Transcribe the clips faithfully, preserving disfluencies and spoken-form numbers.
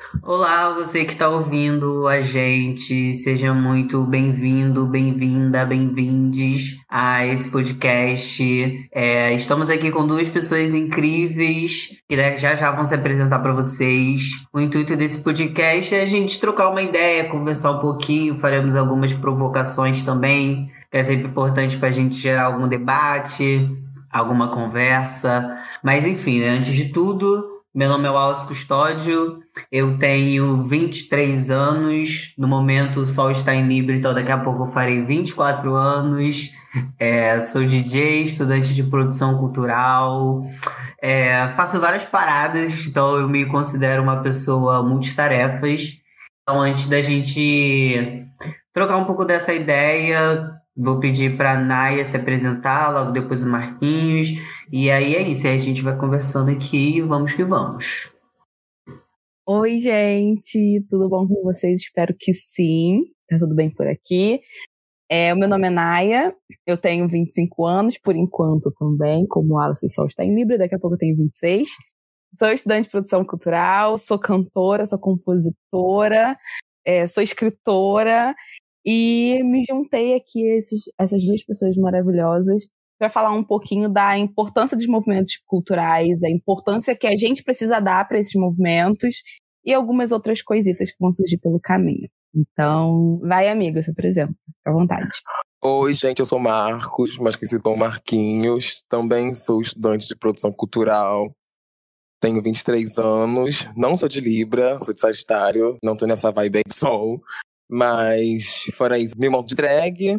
Olá, você que está ouvindo a gente, seja muito bem-vindo, bem-vinda, bem-vindes a esse podcast. É, estamos aqui com duas pessoas incríveis que né, já já vão se apresentar para vocês. O intuito desse podcast é a gente trocar uma ideia, conversar um pouquinho, faremos algumas provocações também, que é sempre importante para a gente gerar algum debate, alguma conversa. Mas enfim, né, antes de tudo, meu nome é Wallace Custódio. Eu tenho vinte e três anos, no momento o sol está em Libra, então daqui a pouco eu farei vinte e quatro anos. É, sou D J, estudante de produção cultural, é, faço várias paradas, então eu me considero uma pessoa multitarefas. Então, antes da gente trocar um pouco dessa ideia, vou pedir para a Naya se apresentar, logo depois o Marquinhos, e aí é isso, aí a gente vai conversando aqui e vamos que vamos. Oi, gente, tudo bom com vocês? Espero que sim, tá tudo bem por aqui. É, o meu nome é Naya, eu tenho vinte e cinco anos, por enquanto também, como o Alice Sol está em Libra, daqui a pouco eu tenho vinte e seis. Sou estudante de produção cultural, sou cantora, sou compositora, é, sou escritora e me juntei aqui a esses, essas duas pessoas maravilhosas para falar um pouquinho da importância dos movimentos culturais, a importância que a gente precisa dar para esses movimentos e algumas outras coisitas que vão surgir pelo caminho. Então, vai, amiga, se apresenta, fica à vontade. Oi, gente, eu sou Marcos, mais conhecido como Marquinhos. Também sou estudante de produção cultural. Tenho vinte e três anos, não sou de Libra, sou de Sagitário, não tô nessa vibe aí de sol. Mas, fora isso, me monto de drag.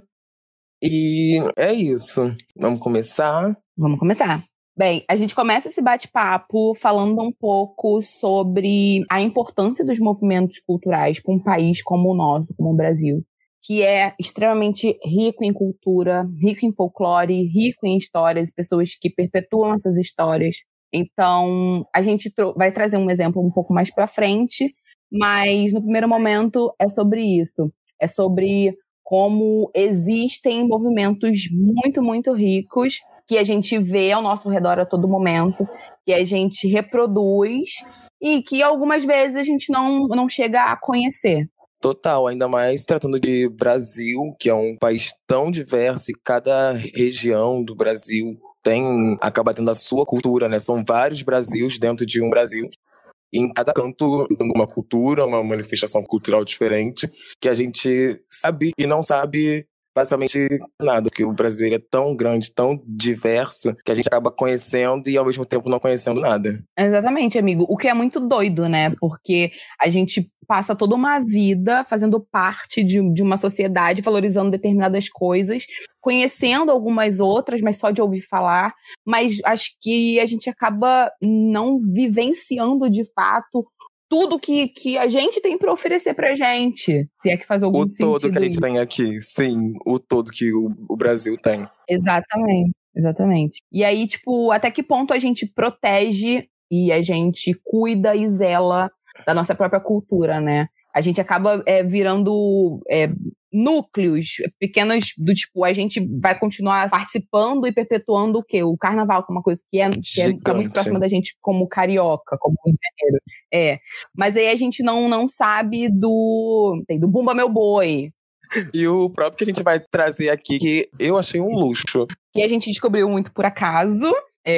E é isso. Vamos começar? Vamos começar. Bem, a gente começa esse bate-papo falando um pouco sobre a importância dos movimentos culturais para um país como o nosso, como o Brasil, que é extremamente rico em cultura, rico em folclore, rico em histórias, pessoas que perpetuam essas histórias. Então, a gente tro- vai trazer um exemplo um pouco mais para frente, mas no primeiro momento é sobre isso. É sobre como existem movimentos muito, muito ricos que a gente vê ao nosso redor a todo momento, que a gente reproduz e que algumas vezes a gente não, não chega a conhecer. Total, ainda mais tratando de Brasil, que é um país tão diverso e cada região do Brasil tem, acaba tendo a sua cultura, né? São vários Brasils dentro de um Brasil. E em cada canto, uma cultura, uma manifestação cultural diferente, que a gente sabe e não sabe basicamente nada, porque o Brasil ele é tão grande, tão diverso, que a gente acaba conhecendo e ao mesmo tempo não conhecendo nada. Exatamente, amigo. O que é muito doido, né? Porque a gente passa toda uma vida fazendo parte de, de uma sociedade, valorizando determinadas coisas, conhecendo algumas outras, mas só de ouvir falar. Mas acho que a gente acaba não vivenciando de fato tudo que, que a gente tem para oferecer pra gente. Se é que faz algum O sentido. todo que a gente isso. tem aqui, sim, o todo que o, o Brasil tem. Exatamente, exatamente. E aí, tipo, até que ponto a gente protege e a gente cuida e zela da nossa própria cultura, né? A gente acaba é, virando é, núcleos pequenos do tipo, a gente vai continuar participando e perpetuando o quê? O carnaval, que é uma coisa que é, que é tá muito próxima da gente como carioca, como Rio de Janeiro. É. Mas aí a gente não, não sabe do, tem, do Bumba Meu Boi. E o próprio que a gente vai trazer aqui, que eu achei um luxo. Que a gente descobriu muito por acaso.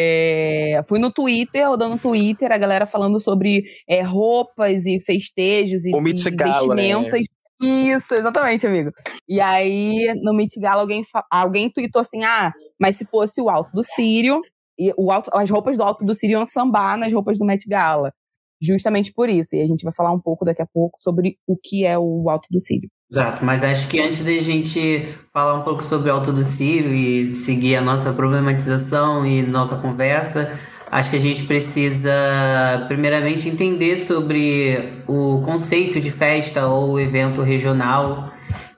É, fui no Twitter, rodando no Twitter, a galera falando sobre é, roupas e festejos e, o Met e Gala, vestimentas. Né? Isso, exatamente, amigo. E aí, no Met Gala, alguém, alguém tweetou assim, ah, mas se fosse o Alto do Círio, e o alto, as roupas do Alto do Círio iam sambar nas roupas do Met Gala. Justamente por isso. E a gente vai falar um pouco daqui a pouco sobre o que é o Alto do Círio. Exato, mas acho que antes da gente falar um pouco sobre o Alto do Círio e seguir a nossa problematização e nossa conversa, acho que a gente precisa primeiramente entender sobre o conceito de festa ou evento regional,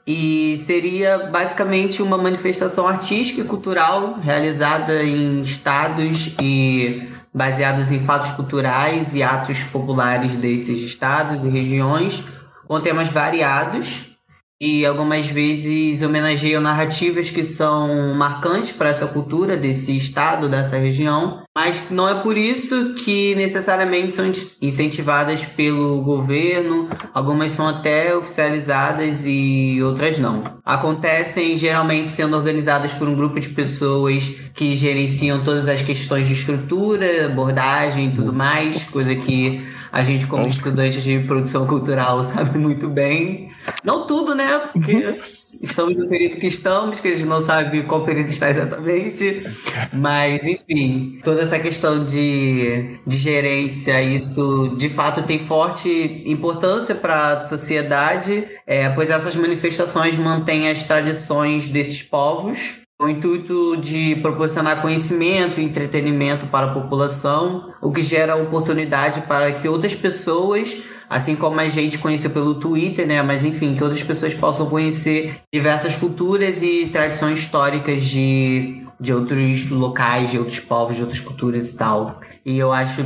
e seria basicamente uma manifestação artística e cultural realizada em estados e baseados em fatos culturais e atos populares desses estados e regiões, com temas variados, e algumas vezes homenageiam narrativas que são marcantes para essa cultura desse estado, dessa região, mas não é por isso que necessariamente são incentivadas pelo governo, algumas são até oficializadas e outras não. Acontecem geralmente sendo organizadas por um grupo de pessoas que gerenciam todas as questões de estrutura, abordagem e tudo mais, coisa que a gente, como estudante de produção cultural, sabe muito bem. Não tudo, né? Porque estamos no período que estamos, que a gente não sabe qual período está exatamente. Mas, enfim, toda essa questão de, de gerência, isso de fato tem forte importância para a sociedade, é, pois essas manifestações mantêm as tradições desses povos, com o intuito de proporcionar conhecimento e entretenimento para a população, o que gera oportunidade para que outras pessoas, assim como a gente conheceu pelo Twitter, né, mas enfim, que outras pessoas possam conhecer diversas culturas e tradições históricas de, de outros locais, de outros povos, de outras culturas e tal. E eu acho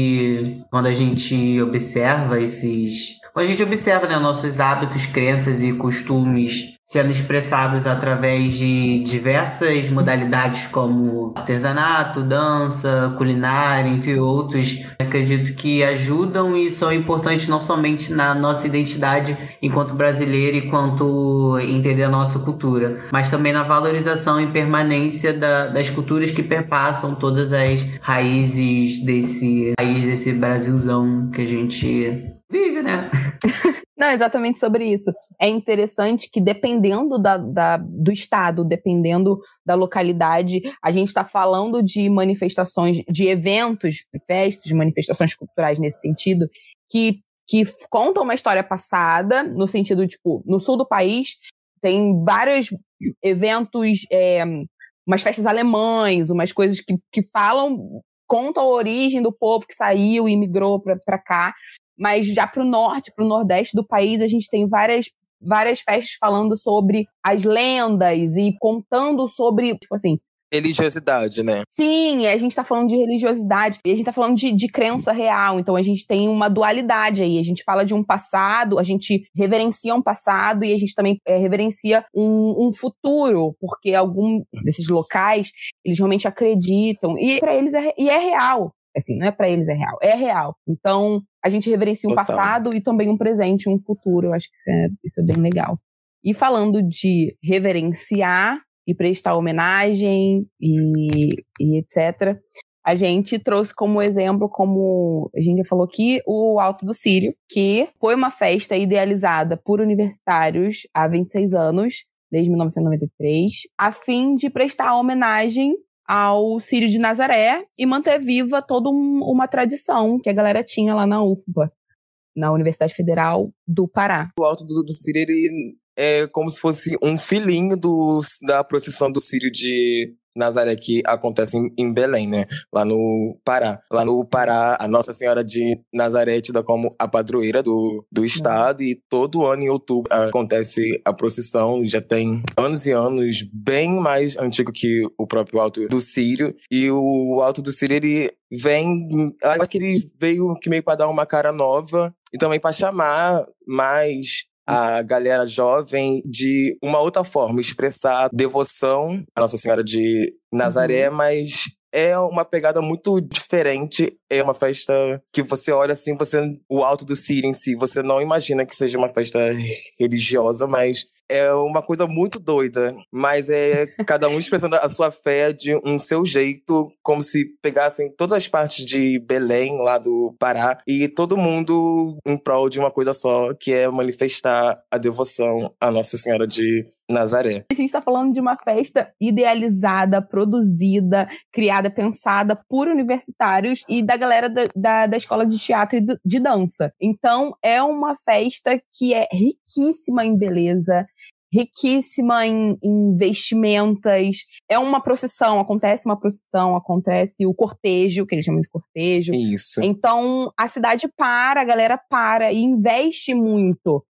que quando a gente observa esses... Quando a gente observa, né, nossos hábitos, crenças e costumes sendo expressados através de diversas modalidades como artesanato, dança, culinária, entre outros, acredito que ajudam e são importantes não somente na nossa identidade enquanto brasileiro e quanto entender a nossa cultura, mas também na valorização e permanência da, das culturas que perpassam todas as raízes desse país, desse Brasilzão que a gente vive, né? Não, exatamente sobre isso. É interessante que dependendo da, da, do estado, dependendo da localidade, a gente está falando de manifestações, de eventos, festas, manifestações culturais nesse sentido, que, que contam uma história passada, no sentido, tipo, no sul do país tem vários eventos, é, umas festas alemães, umas coisas que, que falam, contam a origem do povo que saiu e migrou para cá. Mas já para o norte, para o nordeste do país, a gente tem várias, várias festas falando sobre as lendas e contando sobre, tipo assim... religiosidade, né? Sim, a gente está falando de religiosidade e a gente está falando de, de crença real. Então a gente tem uma dualidade aí. A gente fala de um passado, a gente reverencia um passado e a gente também é, reverencia um, um futuro, porque algum desses locais, eles realmente acreditam. E para eles é, e é real. Assim, não é para eles, é real. É real. Então, a gente reverencia um Total. passado e também um presente, um futuro. Eu acho que isso é, isso é bem legal. E falando de reverenciar e prestar homenagem e, e etcétera, a gente trouxe como exemplo, como a gente já falou aqui, o Alto do Círio, que foi uma festa idealizada por universitários há vinte e seis anos, desde mil novecentos e noventa e três, a fim de prestar homenagem ao Círio de Nazaré e manter viva toda um, uma tradição que a galera tinha lá na U F B A, na Universidade Federal do Pará. O Alto do, do Círio, ele é como se fosse um filhinho do, da procissão do Círio de Nazaré, que acontece em, em Belém, né? Lá no Pará. Lá no Pará, a Nossa Senhora de Nazaré é tida como a padroeira do, do estado, uhum. E todo ano em outubro acontece a procissão. Já tem anos e anos, bem mais antigo que o próprio Alto do Círio. E o Alto do Círio, ele vem... Eu acho que ele veio que meio para dar uma cara nova e também para chamar mais a galera jovem de uma outra forma, expressar devoção à Nossa Senhora de Nazaré, uhum. Mas é uma pegada muito diferente. É uma festa que você olha assim, você, o Alto do Círio em si, você não imagina que seja uma festa religiosa, mas é uma coisa muito doida. Mas é cada um expressando a sua fé de um seu jeito, como se pegassem todas as partes de Belém, lá do Pará, e todo mundo em prol de uma coisa só, que é manifestar a devoção à Nossa Senhora de Nazaré. A gente está falando de uma festa idealizada, produzida, criada, pensada por universitários e da galera da, da, da escola de teatro e de dança. Então, é uma festa que é riquíssima em beleza, riquíssima em, em vestimentas. É uma procissão, acontece uma procissão, acontece o cortejo, que eles chamam de cortejo. Isso. Então, a cidade para, a galera para e investe muito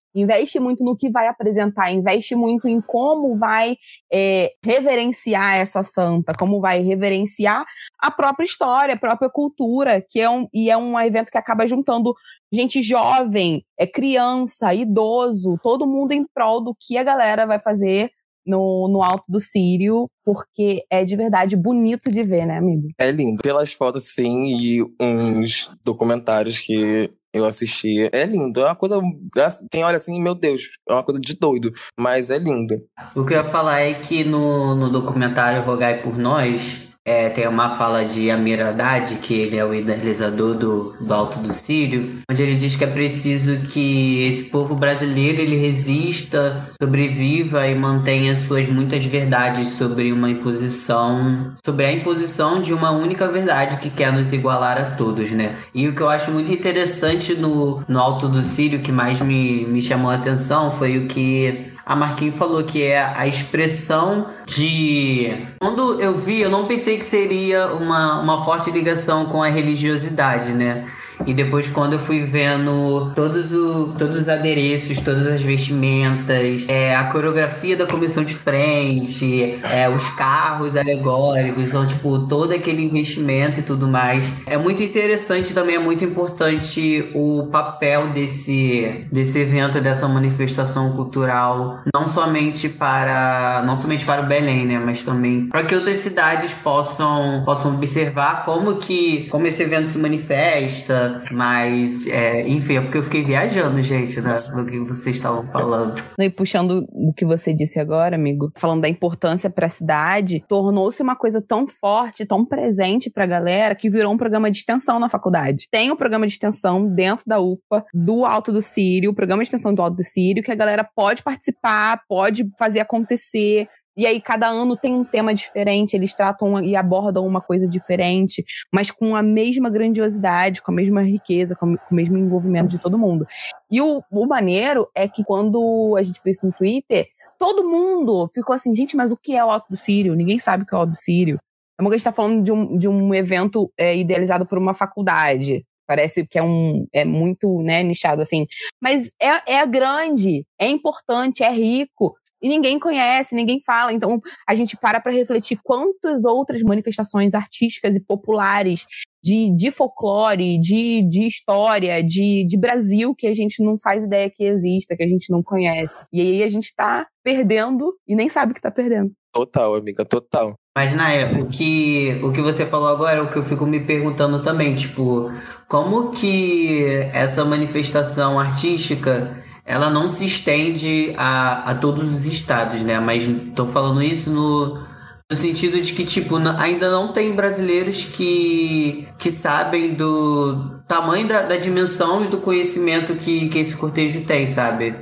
investe muito no que vai apresentar, investe muito em como vai é, reverenciar essa santa, como vai reverenciar a própria história, a própria cultura, que é um, e é um evento que acaba juntando gente jovem, é criança, idoso, todo mundo em prol do que a galera vai fazer no, no Alto do Círio, porque é de verdade bonito de ver, né, amigo? É lindo. Pelas fotos, sim, e uns documentários que eu assisti. É lindo. É uma coisa... Quem olha assim, meu Deus, é uma coisa de doido. Mas é lindo. O que eu ia falar é que no, no documentário Rogai por Nós, é, tem uma fala de Amir Haddad, que ele é o idealizador do, do Alto do Círio, onde ele diz que é preciso que esse povo brasileiro ele resista, sobreviva e mantenha suas muitas verdades sobre uma imposição, sobre a imposição de uma única verdade que quer nos igualar a todos, né? E o que eu acho muito interessante no, no Alto do Círio, que mais me, me chamou a atenção, foi o que a Marquinhos falou, que é a expressão de... Quando eu vi, eu não pensei que seria uma, uma forte ligação com a religiosidade, né? E depois, quando eu fui vendo todos, o, todos os adereços, todas as vestimentas, é, a coreografia da comissão de frente, é, os carros alegóricos, então, tipo, todo aquele investimento e tudo mais. É muito interessante também, é muito importante o papel desse, desse evento, dessa manifestação cultural, não somente para, não somente para o Belém, né? Mas também para que outras cidades possam, possam observar como, que, como esse evento se manifesta. Mas, é, enfim, é porque eu fiquei viajando, gente, né, do que vocês estavam falando. E puxando o que você disse agora, amigo, falando da importância para a cidade, tornou-se uma coisa tão forte, tão presente pra galera, que virou um programa de extensão na faculdade. Tem um programa de extensão dentro da U F A, do Alto do Círio, o programa de extensão do Alto do Círio, que a galera pode participar, pode fazer acontecer. E aí, cada ano tem um tema diferente, eles tratam e abordam uma coisa diferente, mas com a mesma grandiosidade, com a mesma riqueza, com o mesmo envolvimento de todo mundo. E o, o maneiro é que quando a gente viu isso no Twitter, todo mundo ficou assim, gente, mas o que é o Alto do Círio? Ninguém sabe o que é o Alto do Círio. É uma coisa que a gente está falando de um, de um evento é, idealizado por uma faculdade. Parece que é, um, é muito, né, nichado assim. Mas é, é grande, é importante, é rico. E ninguém conhece, ninguém fala. Então, a gente para para refletir quantas outras manifestações artísticas e populares de, de folclore, de, de história, de, de Brasil, que a gente não faz ideia que exista, que a gente não conhece. E aí a gente tá perdendo e nem sabe que tá perdendo. Total, amiga, total. Mas, Naya, o que, o que você falou agora é o que eu fico me perguntando também. Tipo, como que essa manifestação artística... ela não se estende a, a todos os estados, né? Mas tô falando isso no, no sentido de que, tipo, ainda não tem brasileiros que, que sabem do tamanho da, da dimensão e do conhecimento que, que esse cortejo tem, sabe?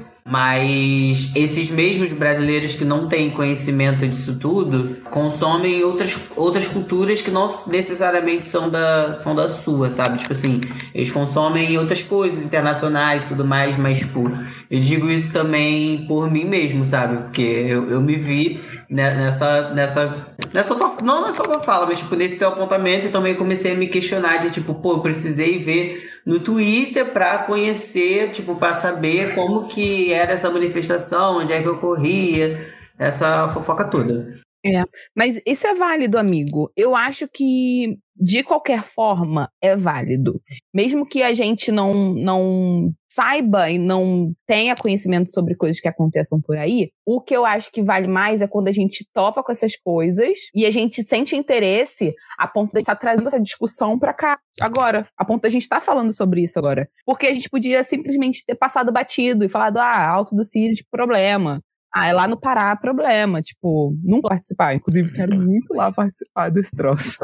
Mas esses mesmos brasileiros que não têm conhecimento disso tudo consomem outras, outras culturas que não necessariamente são da, são da sua, sabe? Tipo assim, eles consomem outras coisas internacionais e tudo mais, mas, tipo, eu digo isso também por mim mesmo, sabe? Porque eu, eu me vi nessa, nessa, nessa não nessa tua fala, mas, tipo, nesse teu apontamento e também comecei a me questionar de, tipo, pô, eu precisei ver no Twitter pra conhecer, tipo, pra saber como que era essa manifestação, onde é que ocorria, essa fofoca toda. É, mas isso é válido, amigo. Eu acho que, de qualquer forma, é válido. Mesmo que a gente não, não saiba e não tenha conhecimento sobre coisas que aconteçam por aí, o que eu acho que vale mais é quando a gente topa com essas coisas e a gente sente interesse a ponto de estar trazendo essa discussão pra cá agora, a ponto de a gente estar falando sobre isso agora. Porque a gente podia simplesmente ter passado batido e falado, ah, Alto do Círio, tipo, problema. Ah, é lá no Pará, problema. Tipo, nunca participar. Inclusive, quero muito lá participar desse troço.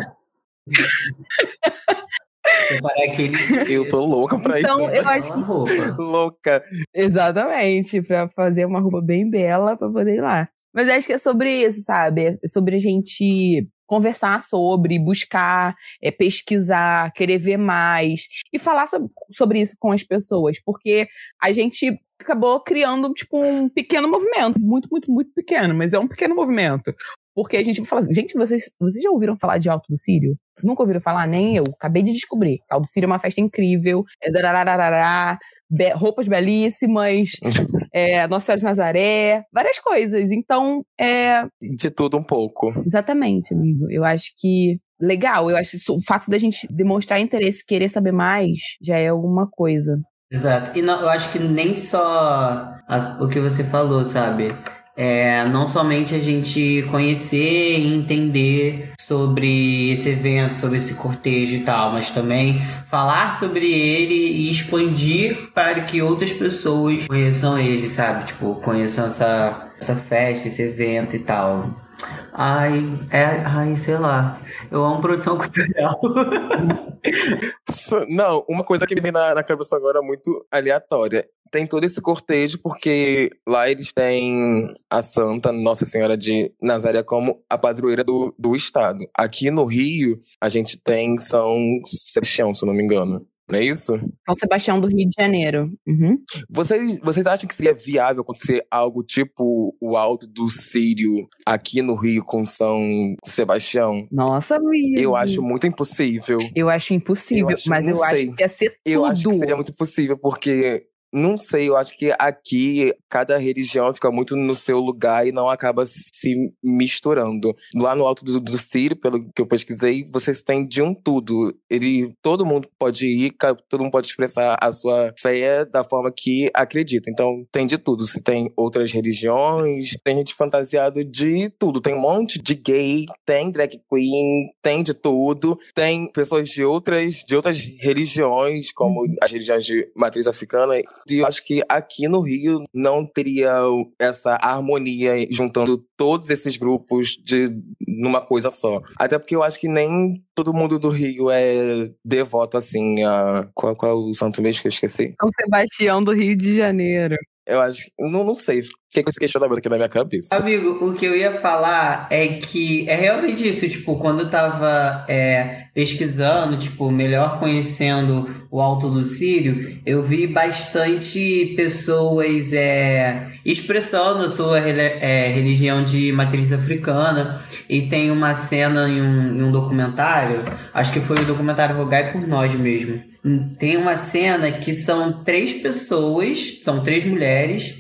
Eu tô louca pra ir. Então, eu acho que... roupa. Louca. Exatamente, pra fazer uma roupa bem bela pra poder ir lá. Mas acho que é sobre isso, sabe? É sobre a gente conversar sobre, buscar, é, pesquisar, querer ver mais e falar sobre, sobre isso com as pessoas, porque a gente acabou criando, tipo, um pequeno movimento, muito, muito, muito pequeno, mas é um pequeno movimento, porque a gente fala assim, gente, vocês, vocês já ouviram falar de Alto do Círio? Nunca ouviram falar? Nem eu, acabei de descobrir. Alto do Círio é uma festa incrível, é darararará, be- roupas belíssimas, é, Nossa Senhora de Nazaré, várias coisas. Então, é... De tudo um pouco. Exatamente, amigo. Eu acho que legal. Eu acho isso, o fato da gente demonstrar interesse, querer saber mais, já é alguma coisa. Exato. E não, eu acho que nem só a- o que você falou, sabe? É, não somente a gente conhecer e entender sobre esse evento, sobre esse cortejo e tal, mas também falar sobre ele e expandir para que outras pessoas conheçam ele, sabe? Tipo, conheçam essa, essa festa, esse evento e tal. Ai, é, ai, sei lá. Eu amo produção cultural. S- Não, uma coisa que me vem na, na cabeça agora muito aleatória. Tem todo esse cortejo porque lá eles têm a Santa Nossa Senhora de Nazaré como a padroeira do, do estado. Aqui no Rio, a gente tem São Sebastião, se eu não me engano. Não é isso? São Sebastião do Rio de Janeiro. Uhum. Vocês, vocês acham que seria viável acontecer algo tipo o Alto do Círio aqui no Rio com São Sebastião? Nossa, amigo. Eu acho muito impossível. Eu acho impossível, Eu acho- mas eu não acho sei. que ia ser tudo. Eu acho que seria muito possível, porque, não sei, eu acho que aqui cada religião fica muito no seu lugar e não acaba se misturando. Lá no Alto do, do Círio, pelo que eu pesquisei, vocês têm de um tudo. Ele, todo mundo pode ir, ca- todo mundo pode expressar a sua fé da forma que acredita. Então, tem de tudo. Se tem outras religiões, tem gente fantasiada de tudo. Tem um monte de gay, tem drag queen, tem de tudo. Tem pessoas de outras, de outras religiões, como as religiões de matriz africana. E eu acho que aqui no Rio não teria essa harmonia juntando todos esses grupos de, numa coisa só. Até porque eu acho que nem todo mundo do Rio é devoto, assim, a... Qual, qual é o santo mesmo que eu esqueci? São Sebastião do Rio de Janeiro. Eu acho... Não, não sei. Fiquei com esse questionamento aqui na minha cabeça. Amigo, o que eu ia falar é que é realmente isso, tipo, quando eu tava é, pesquisando, tipo, melhor conhecendo o Alto do Círio, eu vi bastante pessoas é, expressando a sua rele- é, religião de matriz africana, e tem uma cena em um, em um documentário, acho que foi o documentário Rogai por Nós mesmo. Tem uma cena que são três pessoas, são três mulheres,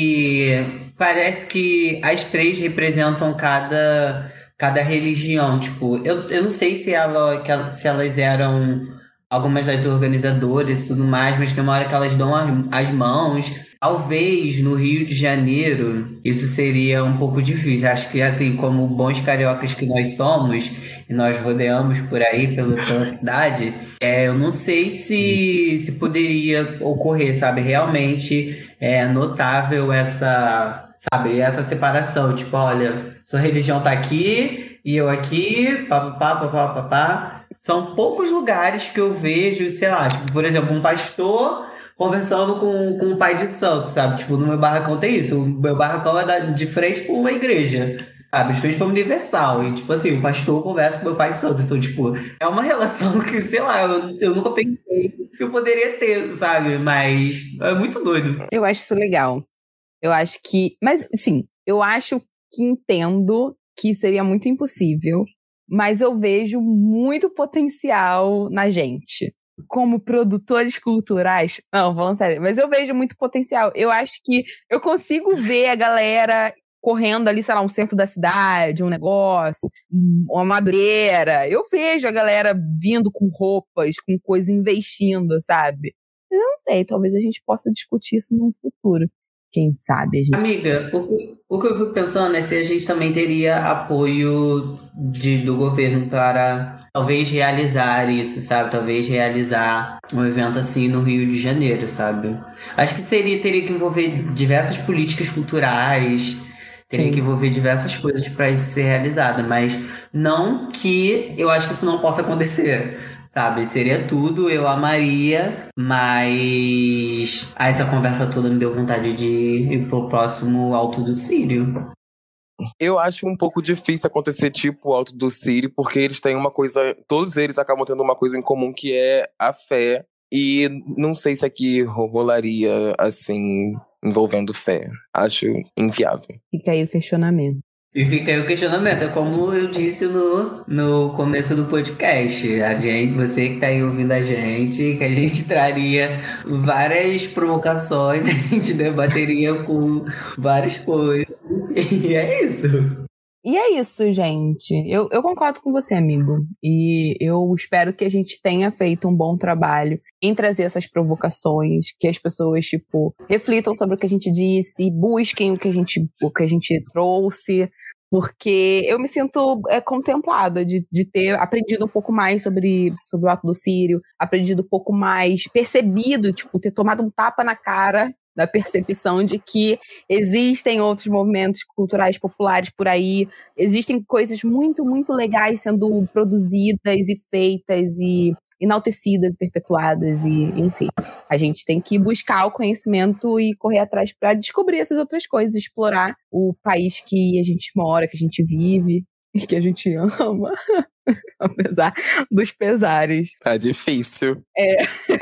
e parece que as três representam cada, cada religião. Tipo, eu, eu não sei se, ela, que ela- se elas eram algumas das organizadoras e tudo mais, mas tem uma hora que elas dão as, as mãos. Talvez no Rio de Janeiro isso seria um pouco difícil. Acho que, assim, como bons cariocas que nós somos, e nós rodeamos por aí pela, pela cidade, é, eu não sei se, se poderia ocorrer, sabe? Realmente é notável essa, sabe, essa separação. Tipo, olha, sua religião tá aqui e eu aqui, papapá, papapá, papapá. São poucos lugares que eu vejo, sei lá, tipo, por exemplo, um pastor conversando com, com um pai de santo, sabe? Tipo, no meu barracão tem isso. O meu barracão é da- de frente pra uma igreja, sabe? De frente pra uma universal. E, tipo assim, o pastor conversa com meu pai de santo. Então, tipo, é uma relação que, sei lá, eu, eu nunca pensei que eu poderia ter, sabe? Mas é muito doido. Eu acho isso legal. Eu acho que... Mas, sim, eu acho que entendo que seria muito impossível, mas eu vejo muito potencial na gente. Como produtores culturais... Não, falando sério, mas eu vejo muito potencial. Eu acho que eu consigo ver a galera correndo ali, sei lá, um centro da cidade, um negócio, uma madureira. Eu vejo a galera vindo com roupas, com coisas, investindo, sabe? Eu não sei, talvez a gente possa discutir isso no futuro. Quem sabe a gente... Amiga, o, que- o que eu fico pensando é se a gente também teria apoio de, do governo para talvez realizar isso, sabe? Talvez realizar um evento assim no Rio de Janeiro, sabe? Acho que seria, teria que envolver diversas políticas culturais, teria Sim. que envolver diversas coisas para isso ser realizado, mas não que eu acho que isso não possa acontecer. Sabe, seria tudo, eu amaria, mas ah, essa conversa toda me deu vontade de ir pro próximo Alto do Círio. Eu acho um pouco difícil acontecer tipo o Alto do Círio, porque eles têm uma coisa... Todos eles acabam tendo uma coisa em comum, que é a fé. E não sei se aqui ro- rolaria, assim, envolvendo fé. Acho inviável. Fica aí o questionamento. E fica aí o questionamento, é como eu disse no, no começo do podcast, a gente, você que tá aí ouvindo a gente, que a gente traria várias provocações, a gente debateria com várias coisas, e é isso. E é isso, gente. Eu, eu concordo com você, amigo. E eu espero que a gente tenha feito um bom trabalho em trazer essas provocações, que as pessoas, tipo, reflitam sobre o que a gente disse, busquem o que a gente, o que a gente trouxe, porque eu me sinto é, contemplada de, de ter aprendido um pouco mais sobre, sobre o ato do Círio, aprendido um pouco mais, percebido, tipo, ter tomado um tapa na cara da percepção de que existem outros movimentos culturais populares por aí, existem coisas muito, muito legais sendo produzidas e feitas e enaltecidas, perpetuadas e, enfim, a gente tem que buscar o conhecimento e correr atrás para descobrir essas outras coisas, explorar o país que a gente mora, que a gente vive e que a gente ama, apesar dos pesares. Tá difícil. É...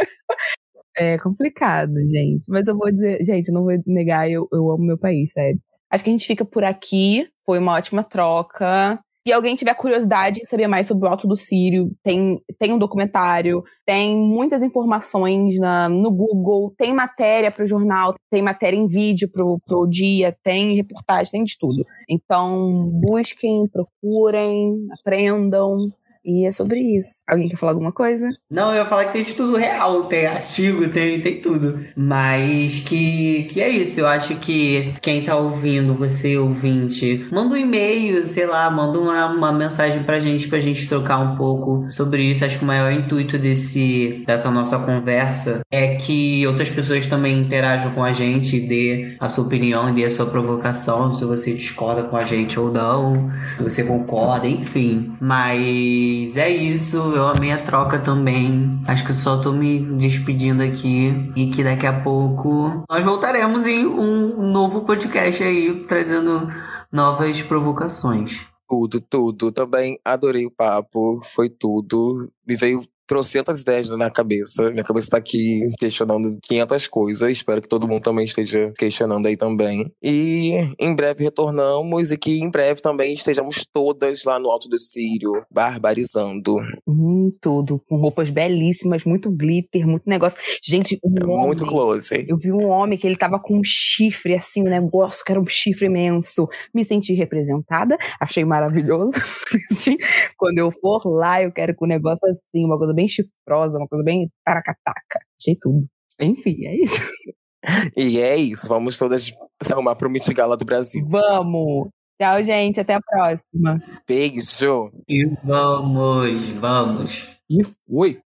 É complicado, gente. Mas eu vou dizer, gente, não vou negar, eu, eu amo meu país, sério. Acho que a gente fica por aqui. Foi uma ótima troca. Se alguém tiver curiosidade em saber mais sobre o Alto do Círio, tem, tem um documentário, tem muitas informações na, no Google, tem matéria para o jornal, tem matéria em vídeo pro, pro dia, tem reportagem, tem de tudo. Então, busquem, procurem, aprendam. E é sobre isso. Alguém quer falar alguma coisa? Não, eu ia falar que tem de tudo real, tem artigo, tem, tem tudo. Mas que, que é isso, eu acho que quem tá ouvindo, você ouvinte, manda um e-mail, sei lá, manda uma, uma mensagem pra gente, pra gente trocar um pouco sobre isso. Acho que o maior intuito desse, dessa nossa conversa é que outras pessoas também interajam com a gente, dê a sua opinião, dê a sua provocação, se você discorda com a gente ou não, se você concorda, enfim. Mas Mas é isso, eu amei a troca também. Acho que só tô me despedindo aqui e que daqui a pouco nós voltaremos em um novo podcast aí, trazendo novas provocações. Tudo, tudo. Também adorei o papo, foi tudo. Me veio trocentas ideias na cabeça. Minha cabeça tá aqui questionando quinhentas coisas. Espero que todo mundo também esteja questionando aí também. E em breve retornamos e que em breve também estejamos todas lá no Alto do Círio, barbarizando. Hum, tudo. Com roupas belíssimas, muito glitter, muito negócio. Gente, um homem... Muito close. Eu vi um homem que ele tava com um chifre, assim, um negócio que era um chifre imenso. Me senti representada, achei maravilhoso. Assim, quando eu for lá, eu quero que o negócio assim, uma coisa bem chifrosa, uma coisa bem taracataca. Achei tudo. Enfim, é isso. E é isso. Vamos todas se arrumar pro Met Gala do Brasil. Vamos! Tchau, gente. Até a próxima. Beijo! E vamos, vamos. E foi!